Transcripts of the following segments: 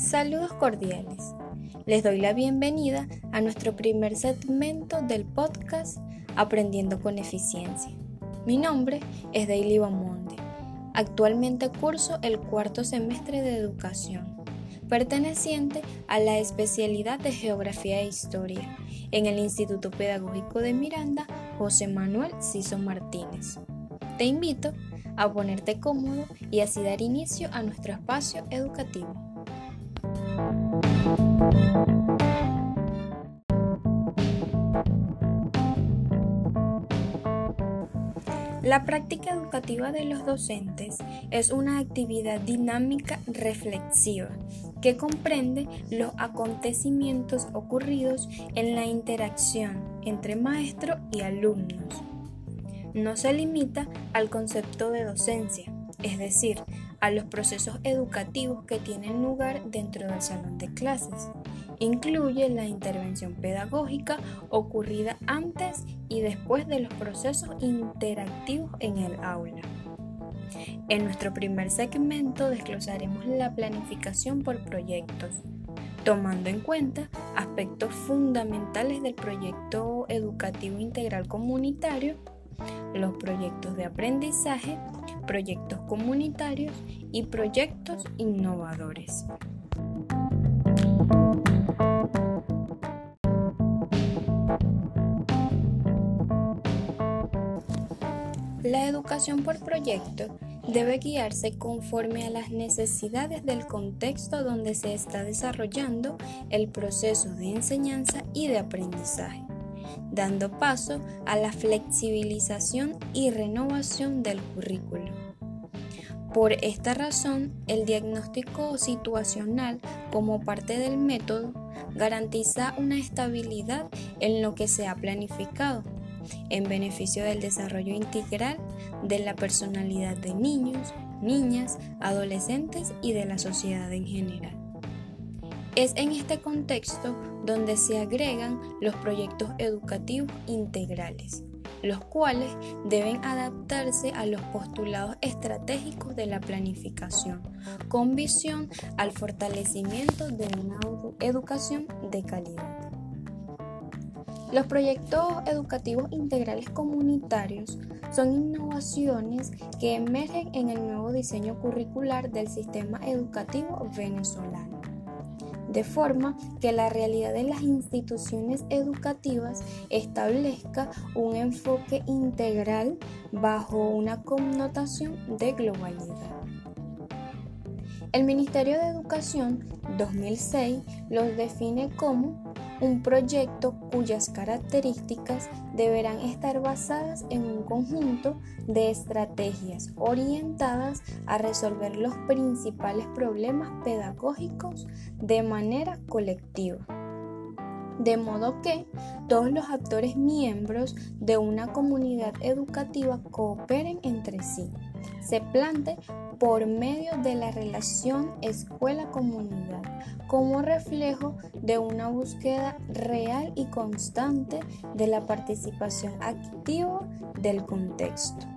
Saludos cordiales. Les doy la bienvenida a nuestro primer segmento del podcast Aprendiendo con Eficiencia. Mi nombre es Daily Bamonde. Actualmente curso el cuarto semestre de educación, perteneciente a la especialidad de Geografía e Historia en el Instituto Pedagógico de Miranda, José Manuel Ciso Martínez. Te invito a ponerte cómodo y así dar inicio a nuestro espacio educativo. La práctica educativa de los docentes es una actividad dinámica reflexiva que comprende los acontecimientos ocurridos en la interacción entre maestro y alumnos. No se limita al concepto de docencia, es decir, a los procesos educativos que tienen lugar dentro del salón de clases. Incluye la intervención pedagógica ocurrida antes y después de los procesos interactivos en el aula. En nuestro primer segmento desglosaremos la planificación por proyectos, tomando en cuenta aspectos fundamentales del proyecto educativo integral comunitario, los proyectos de aprendizaje, proyectos comunitarios y proyectos innovadores. La educación por proyecto debe guiarse conforme a las necesidades del contexto donde se está desarrollando el proceso de enseñanza y de aprendizaje, dando paso a la flexibilización y renovación del currículo. Por esta razón, el diagnóstico situacional como parte del método garantiza una estabilidad en lo que se ha planificado, en beneficio del desarrollo integral de la personalidad de niños, niñas, adolescentes y de la sociedad en general. Es en este contexto donde se agregan los proyectos educativos integrales, los cuales deben adaptarse a los postulados estratégicos de la planificación, con visión al fortalecimiento de una educación de calidad. Los proyectos educativos integrales comunitarios son innovaciones que emergen en el nuevo diseño curricular del sistema educativo venezolano, de forma que la realidad de las instituciones educativas establezca un enfoque integral bajo una connotación de globalidad. El Ministerio de Educación 2006 los define como un proyecto cuyas características deberán estar basadas en un conjunto de estrategias orientadas a resolver los principales problemas pedagógicos de manera colectiva, de modo que todos los actores miembros de una comunidad educativa cooperen entre sí, se plante por medio de la relación escuela-comunidad como reflejo de una búsqueda real y constante de la participación activa del contexto.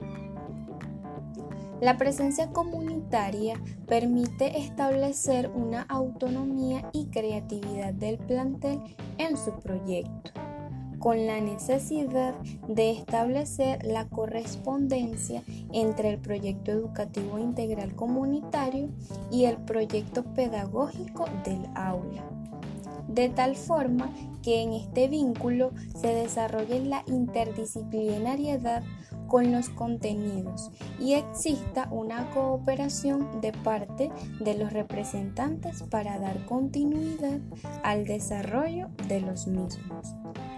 La presencia comunitaria permite establecer una autonomía y creatividad del plantel en su proyecto, con la necesidad de establecer la correspondencia entre el proyecto educativo integral comunitario y el proyecto pedagógico del aula, de tal forma que en este vínculo se desarrolle la interdisciplinariedad con los contenidos y exista una cooperación de parte de los representantes para dar continuidad al desarrollo de los mismos.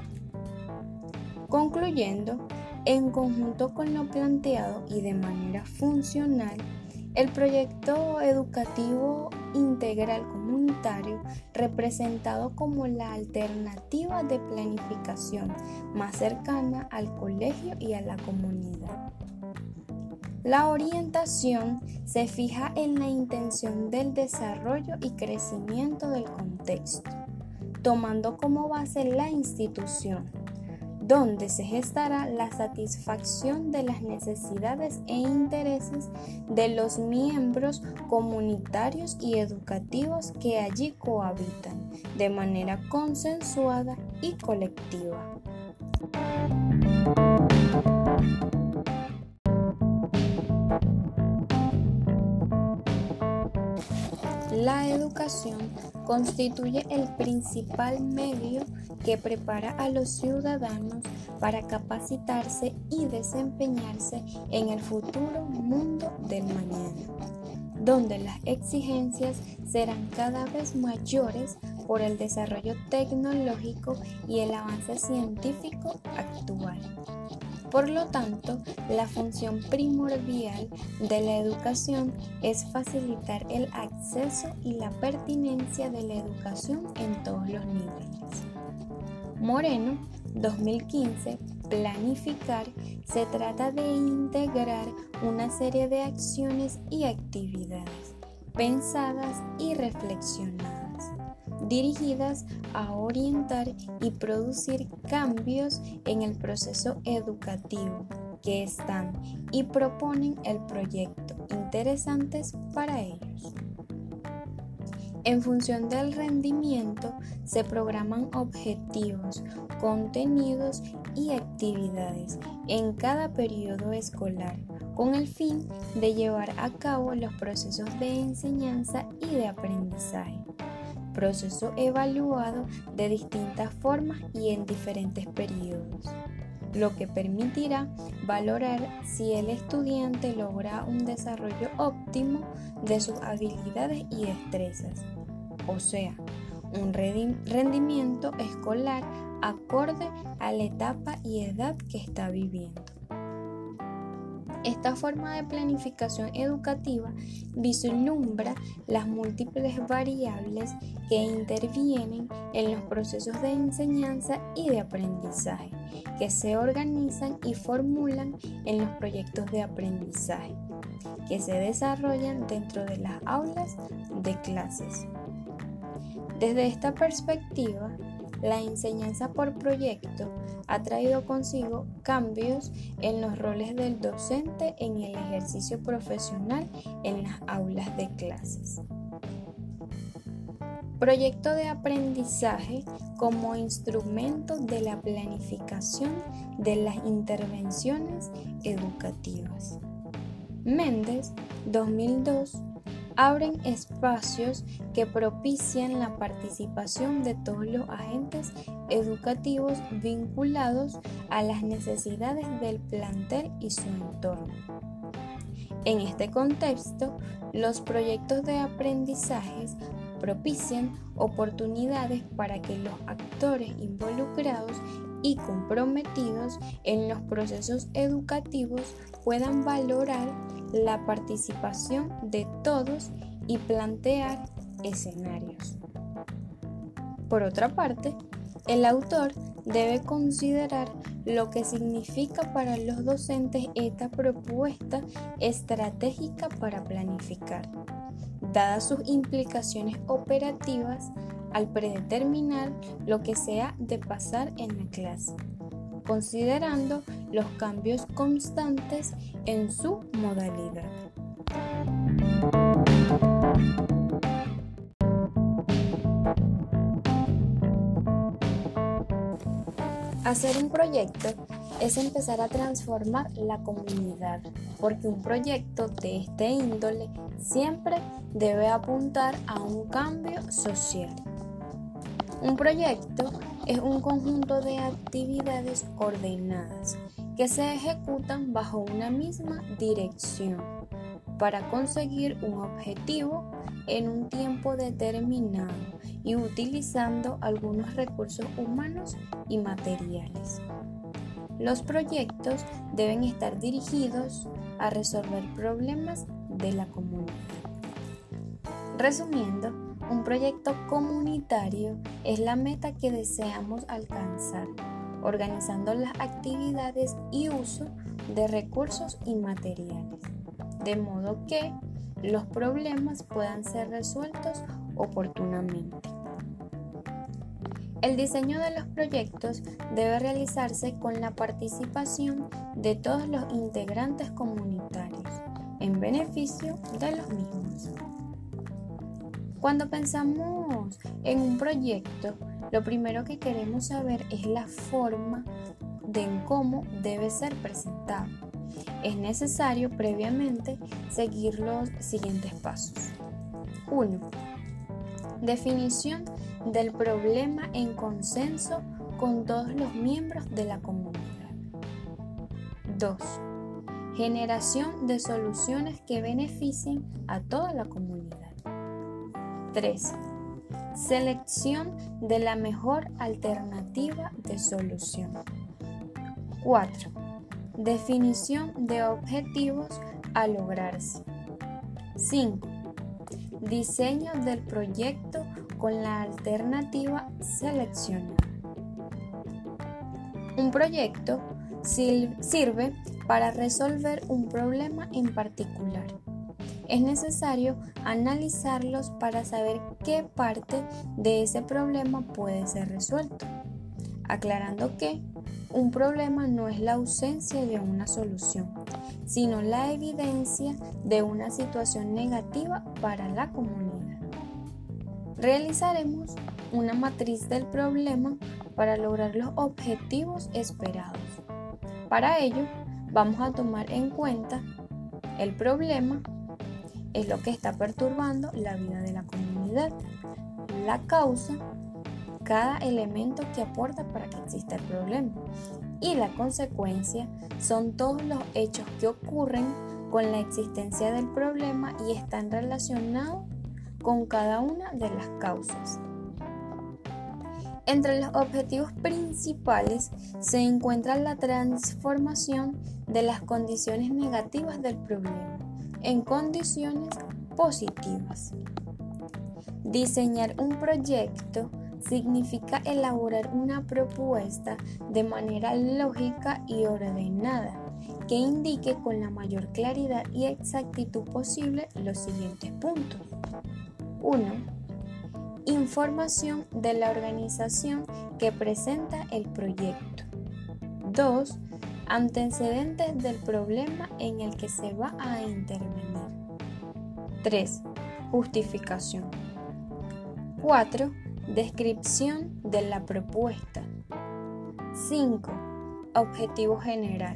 Concluyendo, en conjunto con lo planteado y de manera funcional, el proyecto educativo integral comunitario, representado como la alternativa de planificación más cercana al colegio y a la comunidad. La orientación se fija en la intención del desarrollo y crecimiento del contexto, tomando como base la institución, donde se gestará la satisfacción de las necesidades e intereses de los miembros comunitarios y educativos que allí cohabitan de manera consensuada y colectiva. La educación constituye el principal medio que prepara a los ciudadanos para capacitarse y desempeñarse en el futuro mundo del mañana, donde las exigencias serán cada vez mayores por el desarrollo tecnológico y el avance científico actual. Por lo tanto, la función primordial de la educación es facilitar el acceso y la pertinencia de la educación en todos los niveles. Moreno, 2015, planificar se trata de integrar una serie de acciones y actividades pensadas y reflexionadas, dirigidas a orientar y producir cambios en el proceso educativo que están y proponen el proyecto interesantes para ellos. En función del rendimiento, se programan objetivos, contenidos y actividades en cada periodo escolar, con el fin de llevar a cabo los procesos de enseñanza y de aprendizaje, proceso evaluado de distintas formas y en diferentes periodos, lo que permitirá valorar si el estudiante logra un desarrollo óptimo de sus habilidades y destrezas, o sea, un rendimiento escolar acorde a la etapa y edad que está viviendo. Esta forma de planificación educativa vislumbra las múltiples variables que intervienen en los procesos de enseñanza y de aprendizaje, que se organizan y formulan en los proyectos de aprendizaje, que se desarrollan dentro de las aulas de clases. Desde esta perspectiva, la enseñanza por proyecto ha traído consigo cambios en los roles del docente en el ejercicio profesional en las aulas de clases. Proyecto de aprendizaje como instrumento de la planificación de las intervenciones educativas. Méndez, 2002, abren espacios que propician la participación de todos los agentes educativos vinculados a las necesidades del plantel y su entorno. En este contexto, los proyectos de aprendizajes propician oportunidades para que los actores involucrados y comprometidos en los procesos educativos puedan valorar la participación de todos y plantear escenarios. Por otra parte, el autor debe considerar lo que significa para los docentes esta propuesta estratégica para planificar, dadas sus implicaciones operativas al predeterminar lo que se ha de pasar en la clase, considerando los cambios constantes en su modalidad. Hacer un proyecto es empezar a transformar la comunidad, porque un proyecto de este índole siempre debe apuntar a un cambio social. Un proyecto es un conjunto de actividades ordenadas que se ejecutan bajo una misma dirección para conseguir un objetivo en un tiempo determinado y utilizando algunos recursos humanos y materiales. Los proyectos deben estar dirigidos a resolver problemas de la comunidad. Resumiendo, un proyecto comunitario es la meta que deseamos alcanzar, organizando las actividades y uso de recursos y materiales, de modo que los problemas puedan ser resueltos oportunamente. El diseño de los proyectos debe realizarse con la participación de todos los integrantes comunitarios, en beneficio de los mismos. Cuando pensamos en un proyecto, lo primero que queremos saber es la forma de cómo debe ser presentado. Es necesario previamente seguir los siguientes pasos. 1. Definición del problema en consenso con todos los miembros de la comunidad. 2. Generación de soluciones que beneficien a toda la comunidad. 3. Selección de la mejor alternativa de solución. 4. Definición de objetivos a lograrse. 5. Diseño del proyecto con la alternativa seleccionada. Un proyecto sirve para resolver un problema en particular. Es necesario analizarlos para saber qué parte de ese problema puede ser resuelto, aclarando que un problema no es la ausencia de una solución, sino la evidencia de una situación negativa para la comunidad. Realizaremos una matriz del problema para lograr los objetivos esperados. Para ello, vamos a tomar en cuenta el problema, es lo que está perturbando la vida de la comunidad, la causa, cada elemento que aporta para que exista el problema, y la consecuencia son todos los hechos que ocurren con la existencia del problema y están relacionados con cada una de las causas. Entre los objetivos principales se encuentra la transformación de las condiciones negativas del problema en condiciones positivas. Diseñar un proyecto significa elaborar una propuesta de manera lógica y ordenada que indique con la mayor claridad y exactitud posible los siguientes puntos. 1. Información de la organización que presenta el proyecto. 2. Antecedentes del problema en el que se va a intervenir. 3. Justificación. 4. Descripción de la propuesta. 5. Objetivo general.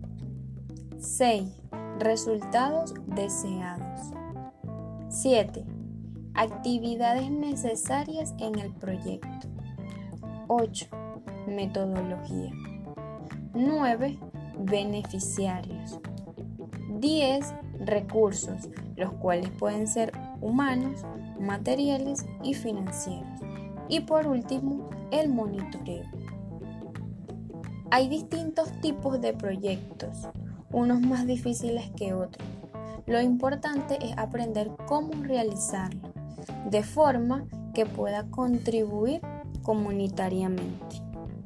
6. Resultados deseados. 7. Actividades necesarias en el proyecto. 8. Metodología. 9. Beneficiarios. 10. Recursos, los cuales pueden ser humanos, materiales y financieros. Y por último, el monitoreo. Hay distintos tipos de proyectos, unos más difíciles que otros. Lo importante es aprender cómo realizarlo, de forma que pueda contribuir comunitariamente.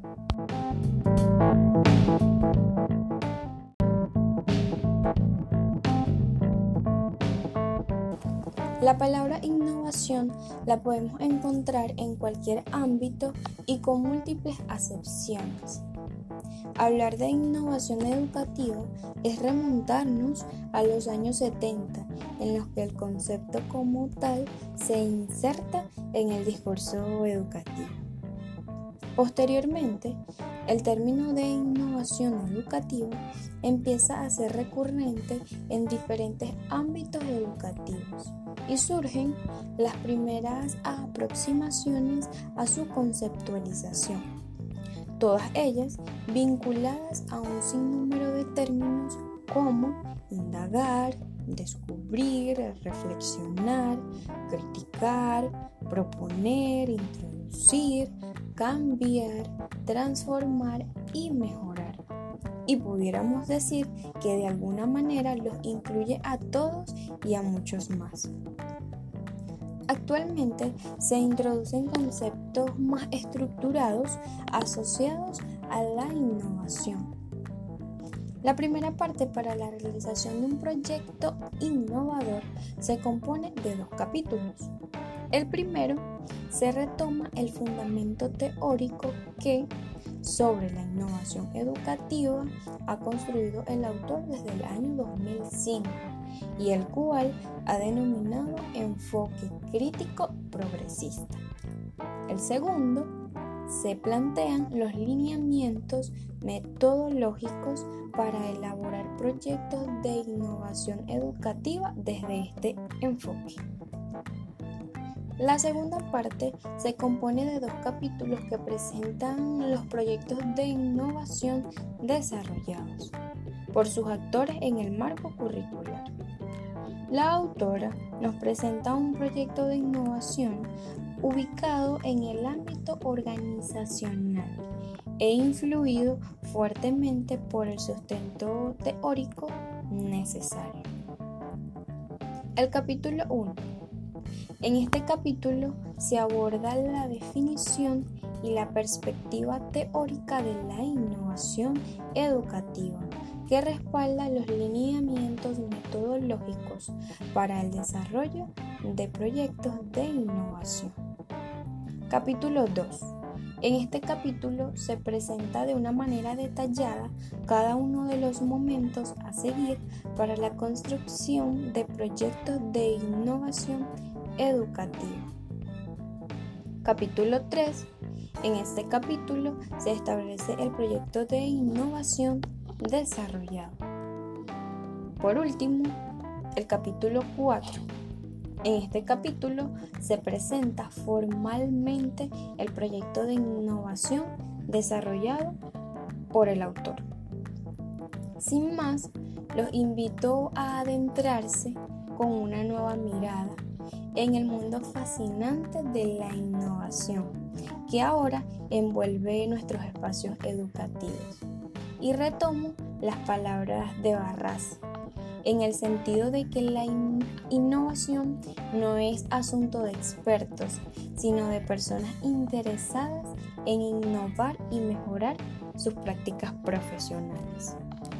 La palabra innovación la podemos encontrar en cualquier ámbito y con múltiples acepciones. Hablar de innovación educativa es remontarnos a los años 70, en los que el concepto como tal se inserta en el discurso educativo. Posteriormente, el término de innovación educativa empieza a ser recurrente en diferentes ámbitos educativos y surgen las primeras aproximaciones a su conceptualización, todas ellas vinculadas a un sinnúmero de términos como indagar, descubrir, reflexionar, criticar, proponer, introducir, cambiar, transformar y mejorar. Y pudiéramos decir que de alguna manera los incluye a todos y a muchos más. Actualmente se introducen conceptos más estructurados asociados a la innovación. La primera parte para la realización de un proyecto innovador se compone de 2 capítulos. El primero, se retoma el fundamento teórico que, sobre la innovación educativa, ha construido el autor desde el año 2005 y el cual ha denominado enfoque crítico progresista. El segundo, se plantean los lineamientos metodológicos para elaborar proyectos de innovación educativa desde este enfoque. La segunda parte se compone de 2 capítulos que presentan los proyectos de innovación desarrollados por sus actores en el marco curricular. La autora nos presenta un proyecto de innovación ubicado en el ámbito organizacional e influido fuertemente por el sustento teórico necesario. El capítulo 1. En este capítulo se aborda la definición y la perspectiva teórica de la innovación educativa, que respalda los lineamientos metodológicos para el desarrollo de proyectos de innovación. Capítulo 2. En este capítulo se presenta de una manera detallada cada uno de los momentos a seguir para la construcción de proyectos de innovación educativa. Capítulo 3. En este capítulo se establece el proyecto de innovación desarrollado. Por último, el capítulo 4. En este capítulo se presenta formalmente el proyecto de innovación desarrollado por el autor. Sin más, los invito a adentrarse con una nueva mirada en el mundo fascinante de la innovación que ahora envuelve nuestros espacios educativos. Y retomo las palabras de Barras, en el sentido de que la innovación no es asunto de expertos, sino de personas interesadas en innovar y mejorar sus prácticas profesionales.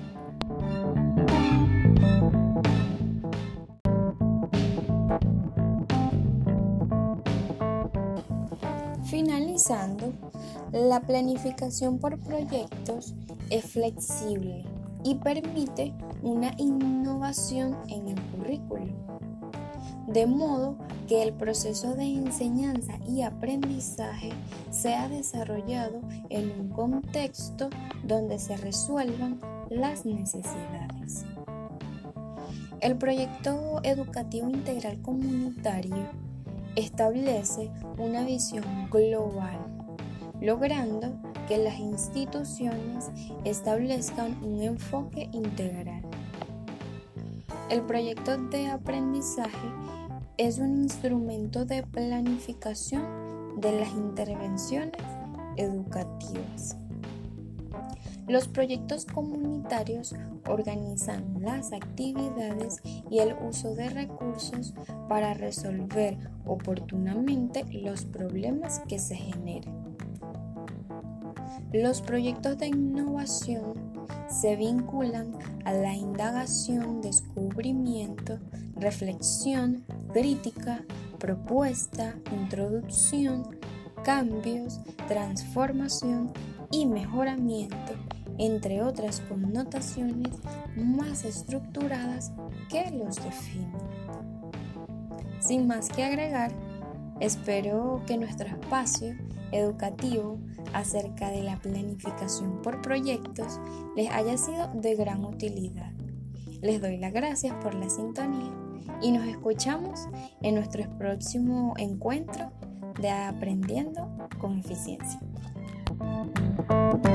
Finalizando, la planificación por proyectos es flexible y permite una innovación en el currículo, de modo que el proceso de enseñanza y aprendizaje sea desarrollado en un contexto donde se resuelvan las necesidades. El proyecto educativo integral comunitario establece una visión global, logrando que las instituciones establezcan un enfoque integral. El proyecto de aprendizaje es un instrumento de planificación de las intervenciones educativas. Los proyectos comunitarios organizan las actividades y el uso de recursos para resolver oportunamente los problemas que se generen. Los proyectos de innovación se vinculan a la indagación, descubrimiento, reflexión, crítica, propuesta, introducción, cambios, transformación y mejoramiento, entre otras connotaciones más estructuradas que los definen. Sin más que agregar, espero que nuestro espacio educativo acerca de la planificación por proyectos les haya sido de gran utilidad. Les doy las gracias por la sintonía y nos escuchamos en nuestro próximo encuentro de Aprendiendo con Eficiencia.